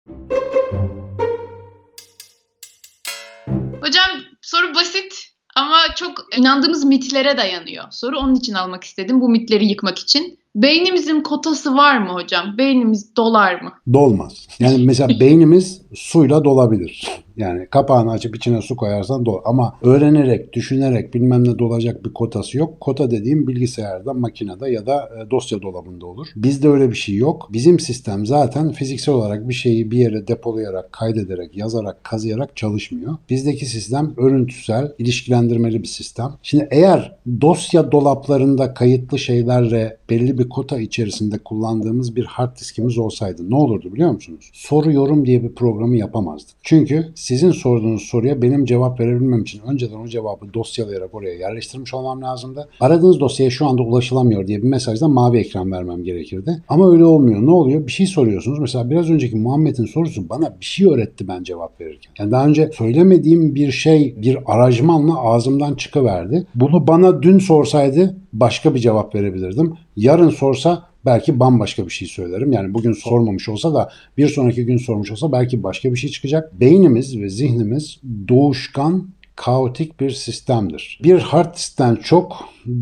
Hocam soru basit ama çok inandığımız mitlere dayanıyor. Soru onun için almak istedim, bu mitleri yıkmak için. Beynimizin kotası var mı hocam? Beynimiz dolar mı? Dolmaz. Yani mesela beynimiz suyla dolabilir. Yani kapağını açıp içine su koyarsan dolar. Ama öğrenerek, düşünerek bilmem ne dolacak bir kotası yok. Kota dediğim bilgisayarda, makinede ya da dosya dolabında olur. Bizde öyle bir şey yok. Bizim sistem zaten fiziksel olarak bir şeyi bir yere depolayarak, kaydederek, yazarak, kazıyarak çalışmıyor. Bizdeki sistem örüntüsel, ilişkilendirmeli bir sistem. Şimdi eğer dosya dolaplarında kayıtlı şeylerle belli bir kota içerisinde kullandığımız bir hard diskimiz olsaydı ne olurdu biliyor musunuz? Soru yorum diye bir programı yapamazdık. Çünkü sizin sorduğunuz soruya benim cevap verebilmem için önceden o cevabı dosyalayarak oraya yerleştirmiş olmam lazımdı. Aradığınız dosyaya şu anda ulaşılamıyor diye bir mesajda mavi ekran vermem gerekirdi. Ama öyle olmuyor. Ne oluyor? Bir şey soruyorsunuz. Mesela biraz önceki Muhammed'in sorusu bana bir şey öğretti ben cevap verirken. Yani daha önce söylemediğim bir şey bir arajmanla ağzımdan çıkıverdi. Bunu bana dün sorsaydı başka bir cevap verebilirdim. Yarın sorsa belki bambaşka bir şey söylerim. Yani bugün sormamış olsa da bir sonraki gün sormuş olsa belki başka bir şey çıkacak. Beynimiz ve zihnimiz doğuşkan, kaotik bir sistemdir. Bir hard diskten çok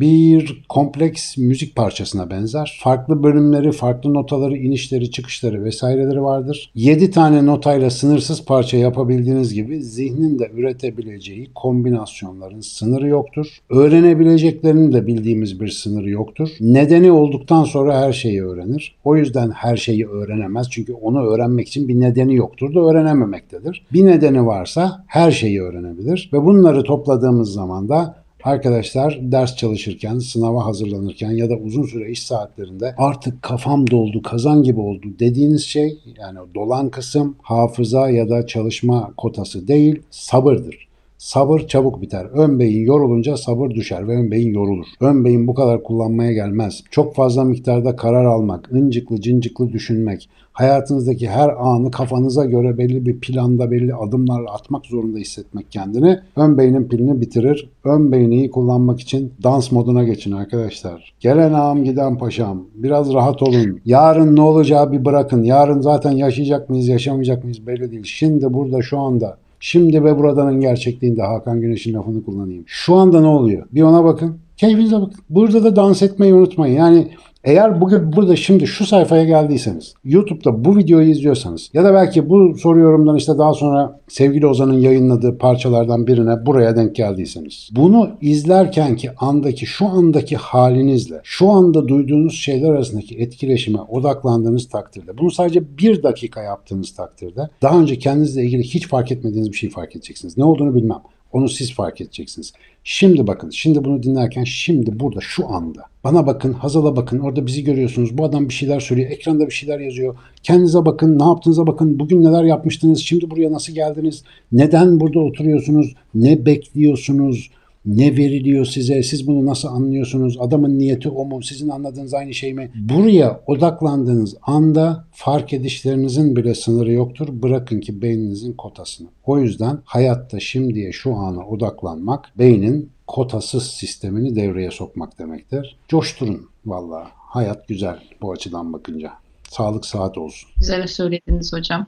bir kompleks müzik parçasına benzer. Farklı bölümleri, farklı notaları, inişleri, çıkışları vesaireleri vardır. 7 tane notayla sınırsız parça yapabildiğiniz gibi zihnin de üretebileceği kombinasyonların sınırı yoktur. Öğrenebileceklerinin de bildiğimiz bir sınırı yoktur. Nedeni olduktan sonra her şeyi öğrenir. O yüzden her şeyi öğrenemez. Çünkü onu öğrenmek için bir nedeni yoktur da öğrenememektedir. Bir nedeni varsa her şeyi öğrenebilir. Ve bunları topladığımız zaman da arkadaşlar ders çalışırken, sınava hazırlanırken ya da uzun süre iş saatlerinde artık kafam doldu, kazan gibi oldu dediğiniz şey, yani dolan kısım hafıza ya da çalışma kotası değil, sabırdır. Sabır çabuk biter. Ön beyin yorulunca sabır düşer ve ön beyin yorulur. Ön beyin bu kadar kullanmaya gelmez. Çok fazla miktarda karar almak, incıklı cincıklı düşünmek, hayatınızdaki her anı kafanıza göre belli bir planda belli adımlarla atmak zorunda hissetmek kendini ön beynin pilini bitirir. Ön beyni iyi kullanmak için dans moduna geçin arkadaşlar. Gelen ağam giden paşam. Biraz rahat olun. Yarın ne olacağı bir bırakın. Yarın zaten yaşayacak mıyız yaşamayacak mıyız belli değil. Şimdi burada şu anda. Şimdi ve buradanın gerçekliğinde Hakan Güneş'in lafını kullanayım. Şu anda ne oluyor? Bir ona bakın. Keyfinize bakın. Burada da dans etmeyi unutmayın. Yani eğer bugün burada şimdi şu sayfaya geldiyseniz, YouTube'da bu videoyu izliyorsanız ya da belki bu soru yorumdan işte daha sonra sevgili Ozan'ın yayınladığı parçalardan birine buraya denk geldiyseniz, bunu izlerken ki andaki şu andaki halinizle şu anda duyduğunuz şeyler arasındaki etkileşime odaklandığınız takdirde, bunu sadece bir dakika yaptığınız takdirde daha önce kendinizle ilgili hiç fark etmediğiniz bir şey fark edeceksiniz. Ne olduğunu bilmem. Onu siz fark edeceksiniz. Şimdi bakın, şimdi bunu dinlerken şimdi burada şu anda. Bana bakın, Hazal'a bakın, orada bizi görüyorsunuz. Bu adam bir şeyler söylüyor, ekranda bir şeyler yazıyor. Kendinize bakın, ne yaptığınıza bakın, bugün neler yapmıştınız, şimdi buraya nasıl geldiniz, neden burada oturuyorsunuz, ne bekliyorsunuz, ne veriliyor size, siz bunu nasıl anlıyorsunuz, adamın niyeti o mu, sizin anladığınız aynı şey mi? Buraya odaklandığınız anda fark edişlerinizin bile sınırı yoktur. Bırakın ki beyninizin kotasını. O yüzden hayatta şimdiye şu ana odaklanmak, beynin kotasız sistemini devreye sokmak demektir. Coşturun vallahi. Hayat güzel bu açıdan bakınca. Sağlık saat olsun. Güzel söylediniz hocam.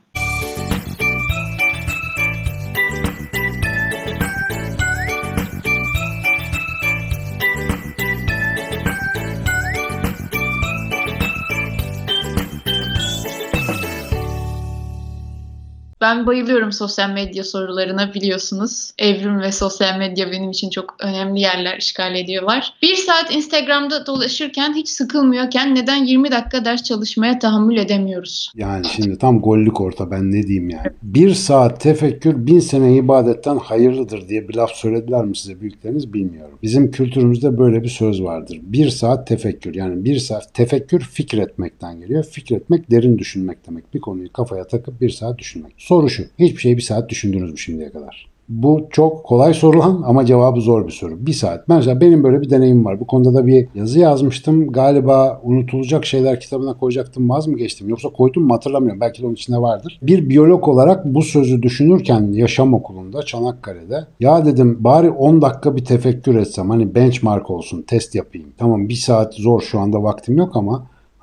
Ben bayılıyorum sosyal medya sorularına, biliyorsunuz. Evrim ve sosyal medya benim için çok önemli yerler işgal ediyorlar. Bir saat Instagram'da dolaşırken hiç sıkılmıyorken neden 20 dakika ders çalışmaya tahammül edemiyoruz? Yani şimdi tam gollük orta, ben ne diyeyim yani. Bir saat tefekkür 1000 sene ibadetten hayırlıdır diye bir laf söylediler mi size büyükleriniz bilmiyorum. Bizim kültürümüzde böyle bir söz vardır. Bir saat tefekkür, yani bir saat tefekkür fikretmekten geliyor. Fikretmek derin düşünmek demek. Bir konuyu kafaya takıp bir saat düşünmek. Soru şu: hiçbir şeyi bir saat düşündünüz mü şimdiye kadar? Bu çok kolay sorulan ama cevabı zor bir soru. Bir saat. Mesela benim böyle bir deneyim var. Bu konuda da bir yazı yazmıştım. Galiba unutulacak şeyler kitabına koyacaktım. Vaz mı geçtim? Yoksa koydum mu hatırlamıyorum. Belki de onun içinde vardır. Bir biyolog olarak bu sözü düşünürken yaşam okulunda Çanakkale'de, ya dedim bari 10 dakika bir tefekkür etsem. Hani benchmark olsun, test yapayım. Tamam, bir saat zor, şu anda vaktim yok ama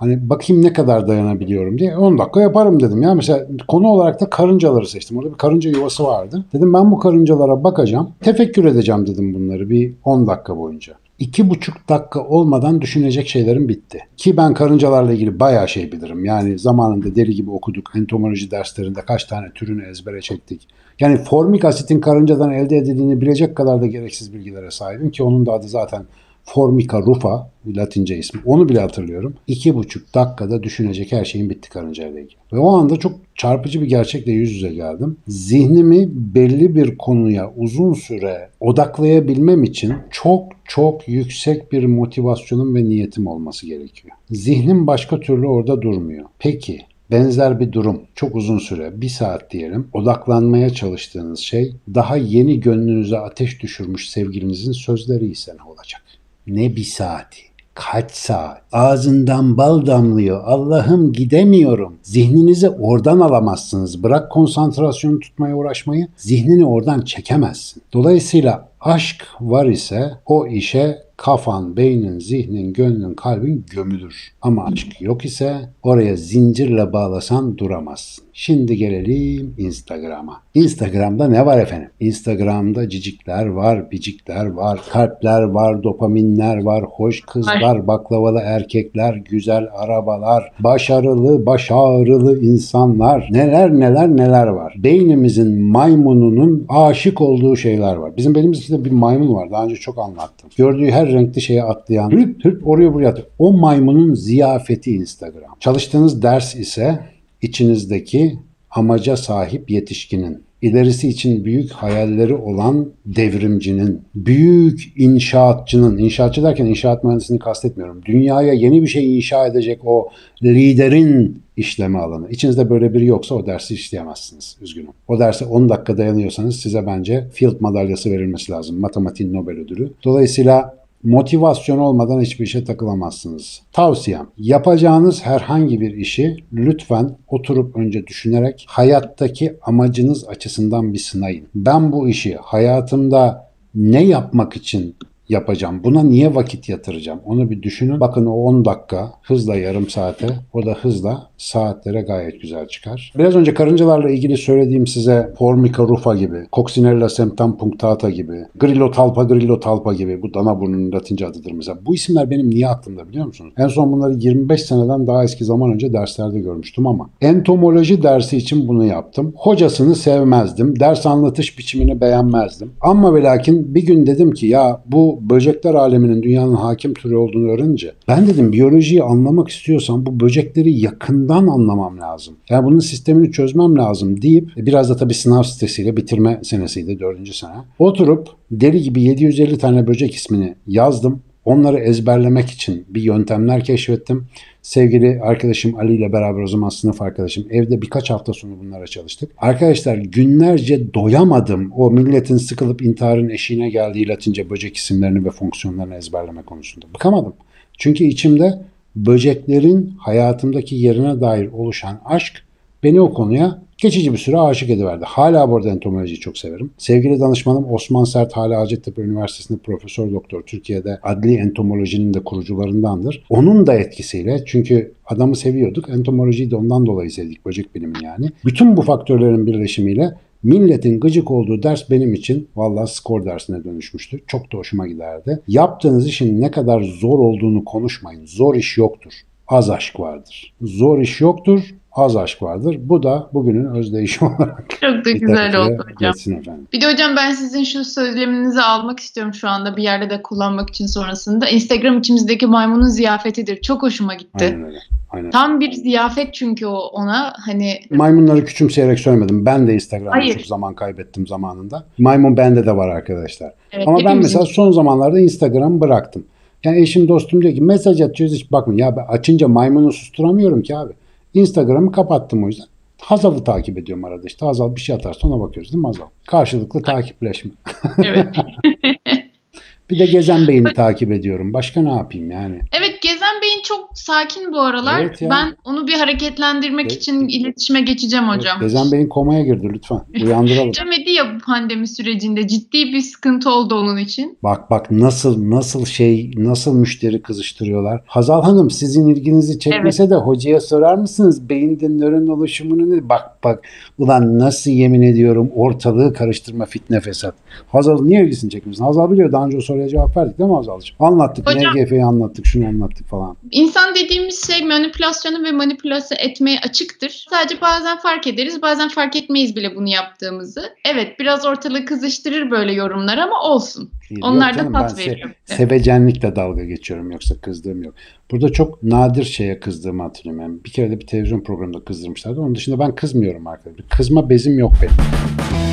Hani bakayım ne kadar dayanabiliyorum diye 10 dakika yaparım dedim. Ya mesela konu olarak da karıncaları seçtim. Orada bir karınca yuvası vardı. Dedim ben bu karıncalara bakacağım. Tefekkür edeceğim dedim bunları bir 10 dakika boyunca. 2,5 dakika olmadan düşünecek şeylerim bitti. Ki ben karıncalarla ilgili bayağı şey bilirim. Yani zamanında deli gibi okuduk. Entomoloji derslerinde kaç tane türünü ezbere çektik. Yani formik asitin karıncadan elde edildiğini bilecek kadar da gereksiz bilgilere sahibim ki onun da adı zaten Formica rufa, Latince ismi. Onu bile hatırlıyorum. 2,5 dakikada düşünecek her şeyin bitti karıncayla ilgili. Ve o anda çok çarpıcı bir gerçekle yüz yüze geldim. Zihnimi belli bir konuya uzun süre odaklayabilmem için çok çok yüksek bir motivasyonum ve niyetim olması gerekiyor. Zihnim başka türlü orada durmuyor. Peki benzer bir durum, çok uzun süre, 1 saat diyelim, odaklanmaya çalıştığınız şey daha yeni gönlünüze ateş düşürmüş sevgilinizin sözleri ise ne olacak? Ne 1 saati? Kaç saat? Ağzından bal damlıyor. Allah'ım gidemiyorum. Zihninizi oradan alamazsınız. Bırak konsantrasyonu tutmaya uğraşmayı. Zihnini oradan çekemezsin. Dolayısıyla aşk var ise o işe kafan, beynin, zihnin, gönlün, kalbin gömülür. Ama aşk yok ise oraya zincirle bağlasan duramazsın. Şimdi gelelim Instagram'a. Instagram'da ne var efendim? Instagram'da cicikler var, bicikler var, kalpler var, dopaminler var, hoş kızlar, baklavalı erkekler, güzel arabalar, başarılı insanlar, neler var. Beynimizin maymununun aşık olduğu şeyler var. Bizim beynimizde bir maymun var. Daha önce çok anlattım. Gördüğü her renkli şeye atlayan, hüp oraya buraya atıyor. O maymunun ziyafeti Instagram. Çalıştığınız ders ise içinizdeki amaca sahip yetişkinin, ilerisi için büyük hayalleri olan devrimcinin, büyük inşaatçının, inşaatçı derken inşaat mühendisini kastetmiyorum. Dünyaya yeni bir şey inşa edecek o liderin işleme alanı. İçinizde böyle biri yoksa o dersi işleyemezsiniz. Üzgünüm. O derse 10 dakika dayanıyorsanız size bence Field madalyası verilmesi lazım. Matematiğin Nobel ödülü. Dolayısıyla motivasyon olmadan hiçbir işe takılamazsınız. Tavsiyem, yapacağınız herhangi bir işi lütfen oturup önce düşünerek hayattaki amacınız açısından bir sınayın. Ben bu işi hayatımda ne yapmak için yapacağım? Buna niye vakit yatıracağım? Onu bir düşünün. Bakın o 10 dakika hızla yarım saate, o da hızla saatlere gayet güzel çıkar. Biraz önce karıncalarla ilgili söylediğim size Formica rufa gibi, Coccinella septempunctata gibi, Grillo talpa gibi, bu dana burnunun Latince adıdır mesela. Bu isimler benim niye aklımda biliyor musunuz? En son bunları 25 seneden daha eski zaman önce derslerde görmüştüm ama entomoloji dersi için bunu yaptım. Hocasını sevmezdim. Ders anlatış biçimini beğenmezdim. Ama ve lakin bir gün dedim ki ya bu böcekler aleminin dünyanın hakim türü olduğunu öğrenince ben dedim biyolojiyi anlamak istiyorsam bu böcekleri yakından anlamam lazım. Yani bunun sistemini çözmem lazım deyip biraz da tabii sınav stresiyle bitirme senesiydi 4. sene. Oturup deli gibi 750 tane böcek ismini yazdım. Onları ezberlemek için bir yöntemler keşfettim. Sevgili arkadaşım Ali ile beraber o zaman sınıf arkadaşım evde birkaç hafta sonu bunlara çalıştık. Arkadaşlar günlerce doyamadım o milletin sıkılıp intiharın eşiğine geldiği Latince böcek isimlerini ve fonksiyonlarını ezberleme konusunda. Bıkamadım. Çünkü içimde böceklerin hayatımdaki yerine dair oluşan aşk beni o konuya geçici bir süre aşık ediverdi. Hala bu arada entomolojiyi çok severim. Sevgili danışmanım Osman Sert hala Hacettepe Üniversitesi'nde profesör doktor. Türkiye'de adli entomolojinin de kurucularındandır. Onun da etkisiyle çünkü adamı seviyorduk. Entomolojiyi de ondan dolayı sevdik. Böcek bilimini yani. Bütün bu faktörlerin birleşimiyle milletin gıcık olduğu ders benim için vallahi skor dersine dönüşmüştü. Çok da hoşuma giderdi. Yaptığınız işin ne kadar zor olduğunu konuşmayın. Zor iş yoktur. Az aşk vardır. Zor iş yoktur. Az aşk vardır. Bu da bugünün özdeyişi olarak. Çok da güzel oldu hocam. Efendim. Bir de hocam ben sizin şu söyleminizi almak istiyorum şu anda bir yerde de kullanmak için sonrasında. Instagram içimizdeki maymunun ziyafetidir. Çok hoşuma gitti. Aynen öyle. Aynen. Tam bir ziyafet çünkü o ona hani... Maymunları küçümseyerek söylemedim. Ben de Instagram'da çok zaman kaybettim zamanında. Maymun bende de var arkadaşlar. Evet, ama ben mesela son zamanlarda Instagram'ı bıraktım. Yani eşim dostum diyor ki mesaj atıyoruz hiç bakmayın. Ya ben açınca maymunu susturamıyorum ki abi. Instagram'ı kapattım o yüzden. Hazal'ı takip ediyorum arada işte. Hazal bir şey atarsa ona bakıyoruz değil mi Hazal? Karşılıklı takipleşme. Evet. Bir de Gezen Bey'ini takip ediyorum. Başka ne yapayım yani? Evet Gezen Bey'in çok sakin bu aralar. Evet ya. Ben onu bir hareketlendirmek için iletişime geçeceğim hocam. Evet, Gezen Bey'in komaya girdi lütfen. Uyandıralım. Hocam ya pandemi sürecinde ciddi bir sıkıntı oldu onun için. Bak nasıl müşteri kızıştırıyorlar. Hazal Hanım, sizin ilginizi çekmese de hocaya sorar mısınız? Beyinde nöron oluşumu ne? Bak ulan nasıl, yemin ediyorum, ortalığı karıştırma, fitne fesat. Hazal niye ilgisini çekmiyorsun? Hazal biliyor, daha önce o soruya cevap verdik değil mi Hazal'cığım? Anlattık, Hocam, NGF'yi anlattık, şunu anlattık falan. İnsan dediğimiz şey manipülasyonu ve manipülasyon etmeye açıktır. Sadece bazen fark ederiz, bazen fark etmeyiz bile bunu yaptığımızı. Evet, biraz ortalığı kızıştırır böyle yorumlar ama olsun. Onlar da tat veriyor bize. Sevecenlikle dalga geçiyorum, yoksa kızdığım yok. Burada çok nadir şeye kızdığımı hatırlıyorum. Yani bir kere de bir televizyon programında kızdırmışlardı. Onun dışında ben kızmıyorum arkadaşlar. Kızma bezim yok benim.